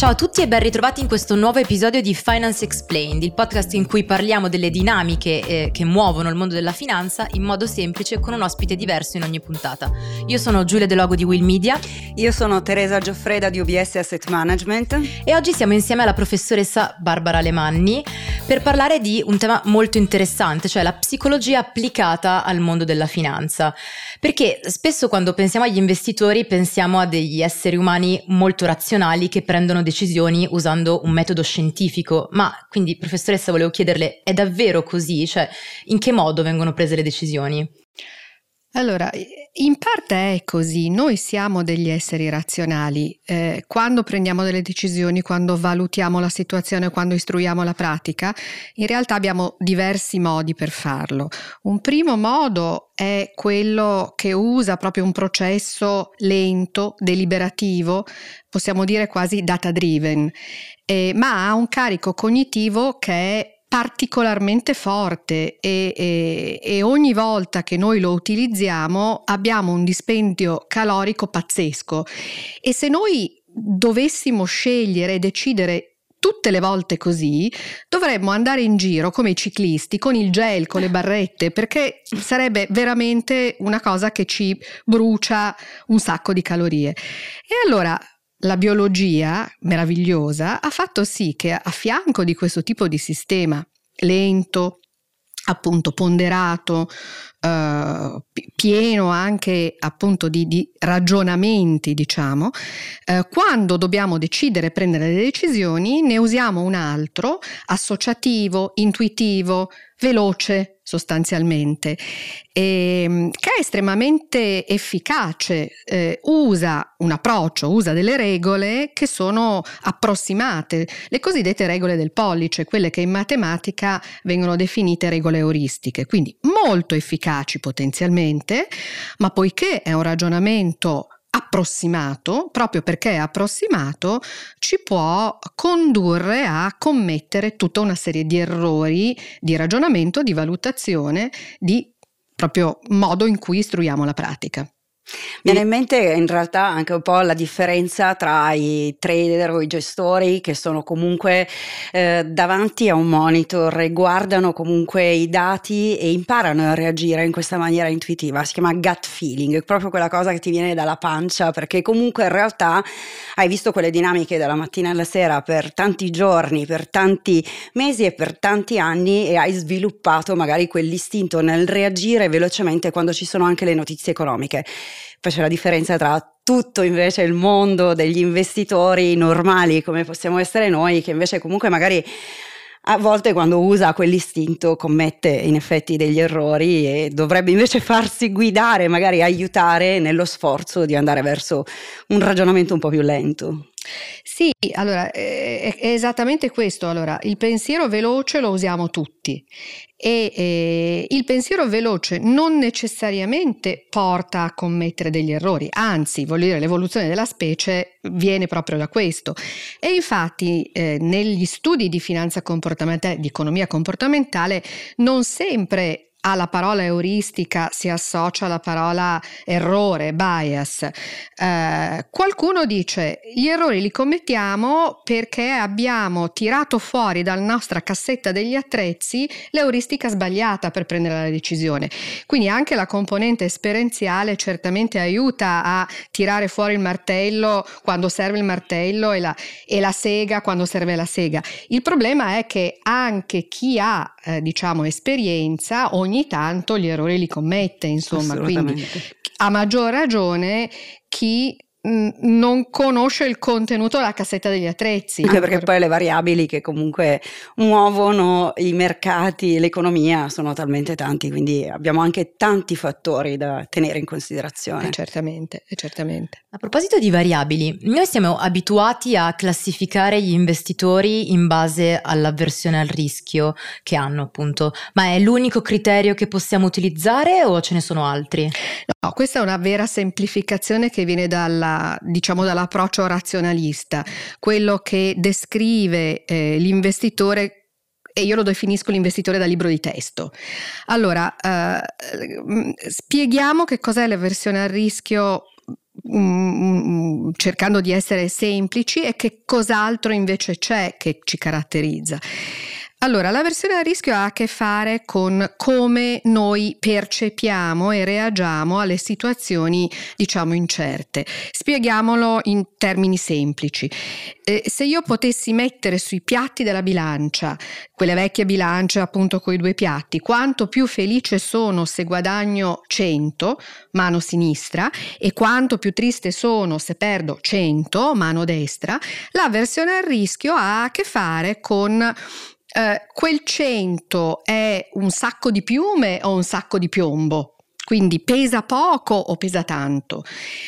Ciao a tutti e ben ritrovati in questo nuovo episodio di Finance Explained, il podcast in cui parliamo delle dinamiche che muovono il mondo della finanza in modo semplice con un ospite diverso in ogni puntata. Io sono Giulia De Logo di Will Media. Io sono Teresa Gioffreda di UBS Asset Management. E oggi siamo insieme alla professoressa Barbara Alemanni per parlare di un tema molto interessante, cioè la psicologia applicata al mondo della finanza. Perché spesso quando pensiamo agli investitori pensiamo a degli esseri umani molto razionali che prendono decisioni usando un metodo scientifico, ma quindi professoressa volevo chiederle, è davvero così? Cioè, in che modo vengono prese le decisioni? Allora, in parte è così, noi siamo degli esseri razionali, quando prendiamo delle decisioni, quando valutiamo la situazione, quando istruiamo la pratica, in realtà abbiamo diversi modi per farlo. Un primo modo è quello che usa proprio un processo lento, deliberativo, possiamo dire quasi data driven, ma ha un carico cognitivo che è particolarmente forte e ogni volta che noi lo utilizziamo abbiamo un dispendio calorico pazzesco, e se noi dovessimo scegliere e decidere tutte le volte così, dovremmo andare in giro come i ciclisti con il gel, con le barrette, perché sarebbe veramente una cosa che ci brucia un sacco di calorie. E allora la biologia meravigliosa ha fatto sì che a fianco di questo tipo di sistema lento, appunto ponderato, pieno anche appunto di ragionamenti, diciamo, quando dobbiamo decidere, prendere le decisioni, ne usiamo un altro, associativo, intuitivo, veloce sostanzialmente, che è estremamente efficace, usa un approccio, usa delle regole che sono approssimate, le cosiddette regole del pollice, quelle che in matematica vengono definite regole euristiche, quindi molto efficaci potenzialmente, ma poiché è un ragionamento approssimato, proprio perché è approssimato, ci può condurre a commettere tutta una serie di errori di ragionamento, di valutazione, di proprio modo in cui istruiamo la pratica. Mi viene in mente in realtà anche un po' la differenza tra i trader o i gestori che sono comunque davanti a un monitor e guardano comunque i dati e imparano a reagire in questa maniera intuitiva. Si chiama gut feeling, è proprio quella cosa che ti viene dalla pancia, perché comunque in realtà hai visto quelle dinamiche dalla mattina alla sera per tanti giorni, per tanti mesi e per tanti anni, e hai sviluppato magari quell'istinto nel reagire velocemente quando ci sono anche le notizie economiche. Poi c'è la differenza tra tutto invece il mondo degli investitori normali come possiamo essere noi, che invece comunque magari a volte quando usa quell'istinto commette in effetti degli errori e dovrebbe invece farsi guidare, magari aiutare nello sforzo di andare verso un ragionamento un po' più lento. Sì, allora è esattamente questo. Allora, il pensiero veloce lo usiamo tutti e il pensiero veloce non necessariamente porta a commettere degli errori, anzi, voglio dire, l'evoluzione della specie viene proprio da questo. E infatti negli studi di finanza comportamentale, di economia comportamentale, non sempre alla parola euristica si associa la parola errore, bias. Qualcuno dice gli errori li commettiamo perché abbiamo tirato fuori dalla nostra cassetta degli attrezzi l'euristica sbagliata per prendere la decisione. Quindi anche la componente esperienziale certamente aiuta a tirare fuori il martello quando serve il martello e la sega quando serve la sega. Il problema è che anche chi ha diciamo esperienza ogni tanto gli errori li commette, insomma, quindi a maggior ragione chi non conosce il contenuto della cassetta degli attrezzi. Anche perché poi le variabili che comunque muovono i mercati e l'economia sono talmente tanti, quindi abbiamo anche tanti fattori da tenere in considerazione. Certamente. A proposito di variabili, noi siamo abituati a classificare gli investitori in base all'avversione al rischio che hanno, appunto, ma è l'unico criterio che possiamo utilizzare o ce ne sono altri? No, questa è una vera semplificazione che viene dall'approccio razionalista, quello che descrive l'investitore, e io lo definisco l'investitore da libro di testo. Allora, spieghiamo che cos'è l'avversione al rischio cercando di essere semplici, e che cos'altro invece c'è che ci caratterizza. Allora, l'avversione al rischio ha a che fare con come noi percepiamo e reagiamo alle situazioni, diciamo, incerte. Spieghiamolo in termini semplici. Se io potessi mettere sui piatti della bilancia, quelle vecchie bilance appunto coi 2 piatti, quanto più felice sono se guadagno 100, mano sinistra, e quanto più triste sono se perdo 100, mano destra, l'avversione al rischio ha a che fare con quel 100 è un sacco di piume o un sacco di piombo, quindi pesa poco o pesa tanto,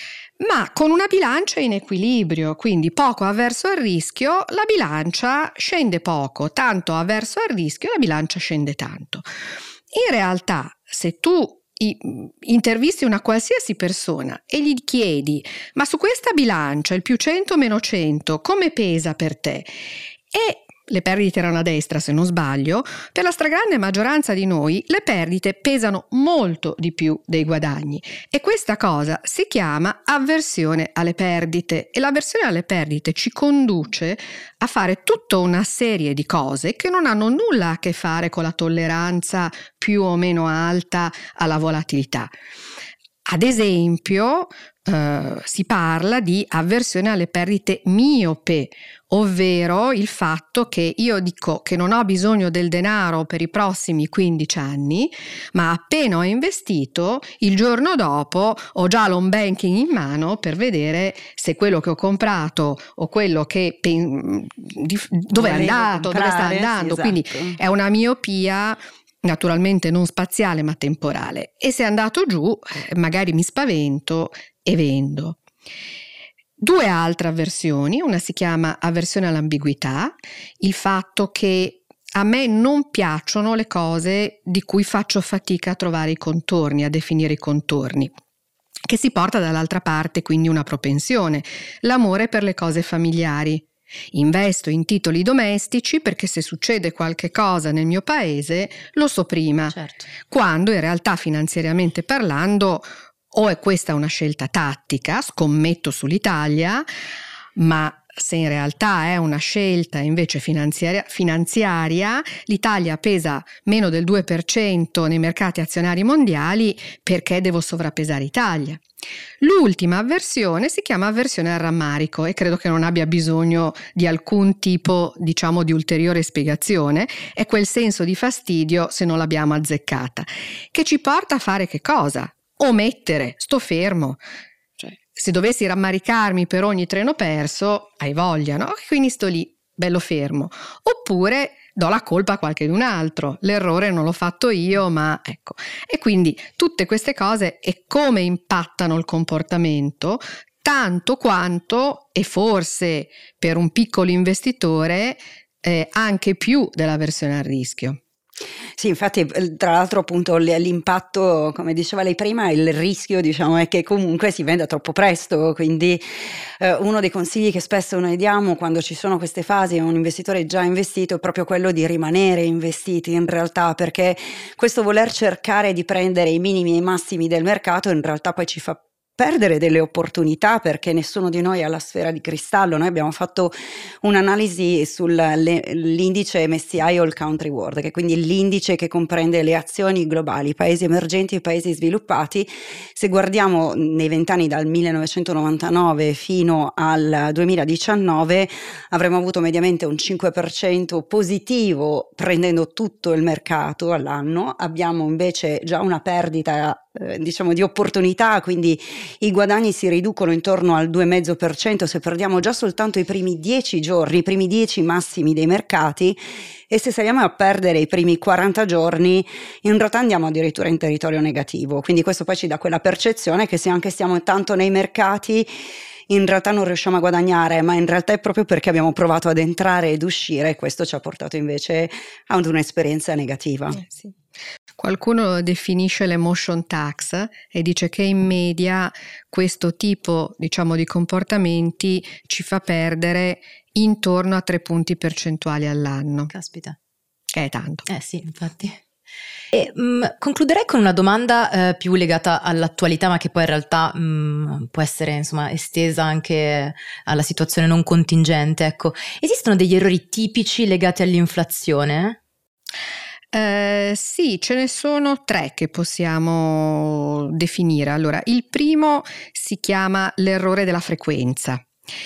ma con una bilancia in equilibrio, quindi poco avverso al rischio, la bilancia scende poco, tanto avverso al rischio, la bilancia scende tanto. In realtà, se tu intervisti una qualsiasi persona e gli chiedi: ma su questa bilancia il più 100 meno 100 come pesa per te? E le perdite erano a destra, se non sbaglio, per la stragrande maggioranza di noi le perdite pesano molto di più dei guadagni, e questa cosa si chiama avversione alle perdite, e l'avversione alle perdite ci conduce a fare tutta una serie di cose che non hanno nulla a che fare con la tolleranza più o meno alta alla volatilità. Ad esempio, si parla di avversione alle perdite miope, ovvero il fatto che io dico che non ho bisogno del denaro per i prossimi 15 anni, ma appena ho investito, il giorno dopo ho già l'home banking in mano per vedere se quello che ho comprato o quello che dove è andato, dove sta andando. Sì, esatto. Quindi è una miopia naturalmente non spaziale ma temporale, e se è andato giù magari mi spavento e vendo. 2 altre avversioni, una si chiama avversione all'ambiguità, il fatto che a me non piacciono le cose di cui faccio fatica a trovare i contorni, a definire i contorni, che si porta dall'altra parte quindi una propensione, l'amore per le cose familiari. Investo in titoli domestici perché se succede qualche cosa nel mio paese lo so prima, certo. Quando in realtà finanziariamente parlando o è questa una scelta tattica, scommetto sull'Italia, ma se in realtà è una scelta invece finanziaria, l'Italia pesa meno del 2% nei mercati azionari mondiali, perché devo sovrappesare Italia. L'ultima avversione si chiama avversione al rammarico e credo che non abbia bisogno di alcun tipo, diciamo, di ulteriore spiegazione. È quel senso di fastidio se non l'abbiamo azzeccata, che ci porta a fare che cosa? Omettere, sto fermo. Se dovessi rammaricarmi per ogni treno perso, hai voglia, no? Quindi sto lì, bello fermo. Oppure do la colpa a qualcun altro, l'errore non l'ho fatto io, ma ecco. E quindi tutte queste cose e come impattano il comportamento, tanto quanto, e forse per un piccolo investitore, anche più dell'avversione al rischio. Sì, infatti, tra l'altro appunto l'impatto, come diceva lei prima, il rischio, diciamo, è che comunque si venda troppo presto, quindi uno dei consigli che spesso noi diamo quando ci sono queste fasi a un investitore già investito è proprio quello di rimanere investiti in realtà, perché questo voler cercare di prendere i minimi e i massimi del mercato in realtà poi ci fa perdere delle opportunità, perché nessuno di noi ha la sfera di cristallo. Noi abbiamo fatto un'analisi sull'indice MSCI All Country World, che è quindi l'indice che comprende le azioni globali, paesi emergenti e paesi sviluppati. Se guardiamo nei 20 anni dal 1999 fino al 2019 avremmo avuto mediamente un 5% positivo prendendo tutto il mercato all'anno. Abbiamo invece già una perdita diciamo di opportunità, quindi i guadagni si riducono intorno al 2,5% se perdiamo già soltanto i primi 10 giorni, i primi 10 massimi dei mercati, e se saliamo a perdere i primi 40 giorni in realtà andiamo addirittura in territorio negativo. Quindi questo poi ci dà quella percezione che se anche stiamo tanto nei mercati in realtà non riusciamo a guadagnare, ma in realtà è proprio perché abbiamo provato ad entrare ed uscire, e questo ci ha portato invece ad un'esperienza negativa. Sì. Qualcuno definisce l'emotion tax e dice che in media questo tipo, diciamo, di comportamenti ci fa perdere intorno a 3 punti percentuali all'anno. Caspita. Che è tanto. Sì, infatti. E concluderei con una domanda più legata all'attualità, ma che poi in realtà può essere insomma estesa anche alla situazione non contingente. Ecco, esistono degli errori tipici legati all'inflazione? Sì, ce ne sono 3 che possiamo definire. Allora, il primo si chiama l'errore della frequenza.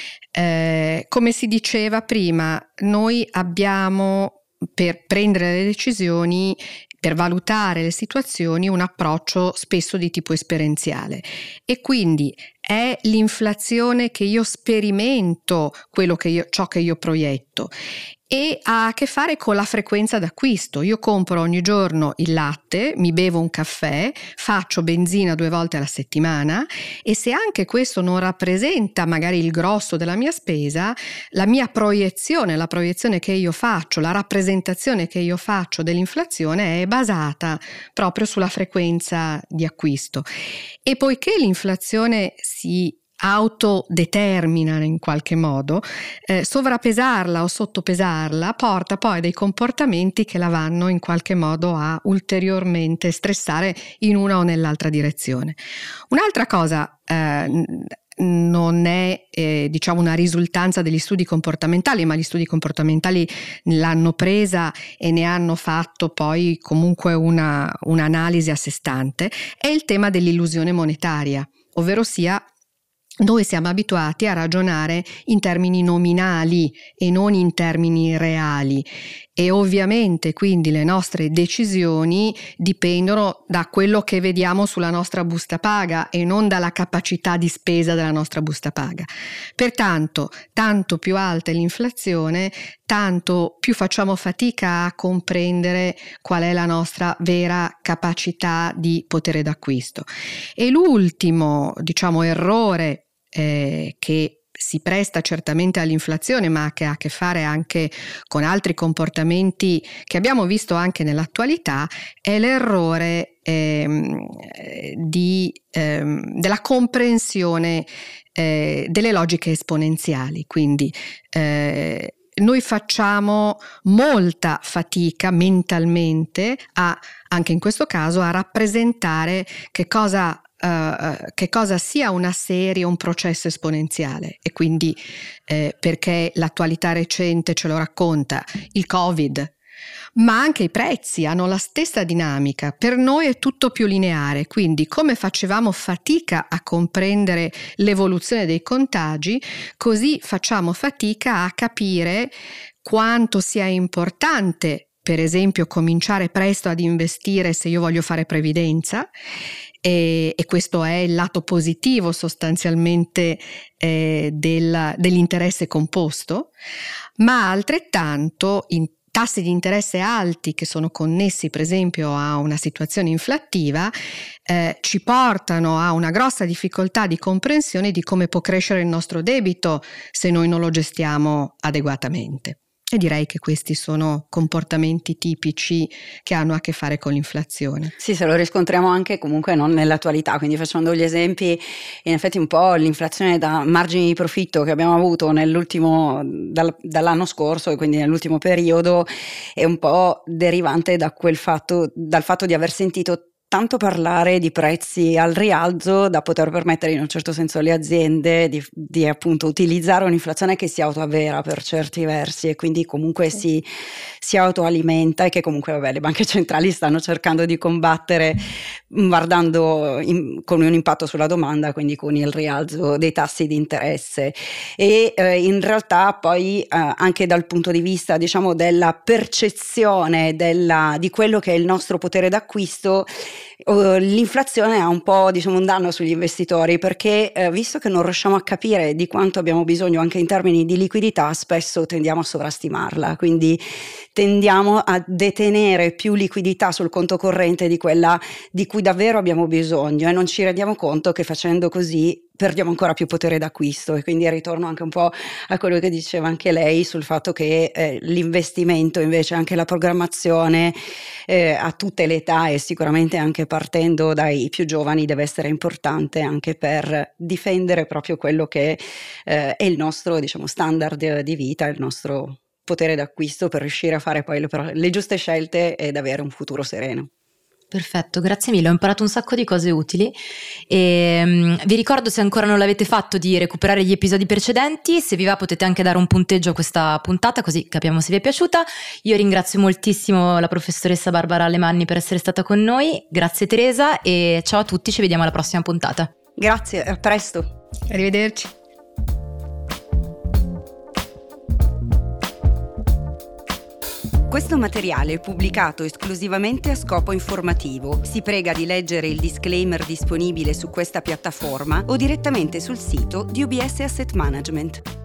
Come si diceva prima, noi abbiamo, per prendere le decisioni, per valutare le situazioni, un approccio spesso di tipo esperienziale, e quindi è l'inflazione che io sperimento ciò che io proietto, e ha a che fare con la frequenza d'acquisto. Io compro ogni giorno il latte, mi bevo un caffè, faccio benzina 2 volte alla settimana, e se anche questo non rappresenta magari il grosso della mia spesa, la mia proiezione, la proiezione che io faccio, la rappresentazione che io faccio dell'inflazione è basata proprio sulla frequenza di acquisto. E poiché l'inflazione si autodetermina in qualche modo, sovrappesarla o sottopesarla porta poi a dei comportamenti che la vanno in qualche modo a ulteriormente stressare in una o nell'altra direzione. Un'altra cosa non è diciamo una risultanza degli studi comportamentali, ma gli studi comportamentali l'hanno presa e ne hanno fatto poi comunque un'analisi a sé stante, è il tema dell'illusione monetaria, ovvero sia noi siamo abituati a ragionare in termini nominali e non in termini reali, e ovviamente quindi le nostre decisioni dipendono da quello che vediamo sulla nostra busta paga e non dalla capacità di spesa della nostra busta paga. Pertanto, tanto più alta è l'inflazione, tanto più facciamo fatica a comprendere qual è la nostra vera capacità di potere d'acquisto. E l'ultimo, diciamo, errore che si presta certamente all'inflazione, ma che ha a che fare anche con altri comportamenti che abbiamo visto anche nell'attualità, è l'errore della comprensione delle logiche esponenziali. Quindi noi facciamo molta fatica mentalmente anche in questo caso, a rappresentare che cosa sia una serie, un processo esponenziale, e quindi perché l'attualità recente ce lo racconta, il Covid, ma anche i prezzi hanno la stessa dinamica. Per noi è tutto più lineare, quindi come facevamo fatica a comprendere l'evoluzione dei contagi, così facciamo fatica a capire quanto sia importante, per esempio, cominciare presto ad investire se io voglio fare previdenza. E questo è il lato positivo sostanzialmente dell'interesse composto, ma altrettanto in tassi di interesse alti che sono connessi per esempio a una situazione inflattiva ci portano a una grossa difficoltà di comprensione di come può crescere il nostro debito se noi non lo gestiamo adeguatamente. E direi che questi sono comportamenti tipici che hanno a che fare con l'inflazione. Sì, se lo riscontriamo anche comunque non nell'attualità, quindi facendo gli esempi, in effetti un po' l'inflazione da margini di profitto che abbiamo avuto dall'anno scorso, e quindi nell'ultimo periodo, è un po' derivante dal fatto di aver sentito tanto parlare di prezzi al rialzo da poter permettere in un certo senso alle aziende di appunto utilizzare un'inflazione che si autoavvera per certi versi, e quindi comunque si autoalimenta, e che comunque le banche centrali stanno cercando di combattere guardando con un impatto sulla domanda, quindi con il rialzo dei tassi di interesse. E in realtà poi anche dal punto di vista diciamo della percezione di quello che è il nostro potere d'acquisto, l'inflazione ha un po' diciamo un danno sugli investitori, perché visto che non riusciamo a capire di quanto abbiamo bisogno anche in termini di liquidità, spesso tendiamo a sovrastimarla, quindi tendiamo a detenere più liquidità sul conto corrente di quella di cui davvero abbiamo bisogno, e non ci rendiamo conto che facendo così perdiamo ancora più potere d'acquisto. E quindi ritorno anche un po' a quello che diceva anche lei sul fatto che l'investimento, invece anche la programmazione a tutte le età, e sicuramente anche partendo dai più giovani, deve essere importante anche per difendere proprio quello che è il nostro diciamo standard di vita, il nostro potere d'acquisto per riuscire a fare poi le giuste scelte ed avere un futuro sereno. Perfetto, grazie mille, ho imparato un sacco di cose utili e vi ricordo, se ancora non l'avete fatto, di recuperare gli episodi precedenti. Se vi va potete anche dare un punteggio a questa puntata, così capiamo se vi è piaciuta. Io ringrazio moltissimo la professoressa Barbara Alemanni per essere stata con noi, grazie Teresa e ciao a tutti, ci vediamo alla prossima puntata. Grazie, a presto. Arrivederci. Questo materiale è pubblicato esclusivamente a scopo informativo. Si prega di leggere il disclaimer disponibile su questa piattaforma o direttamente sul sito di UBS Asset Management.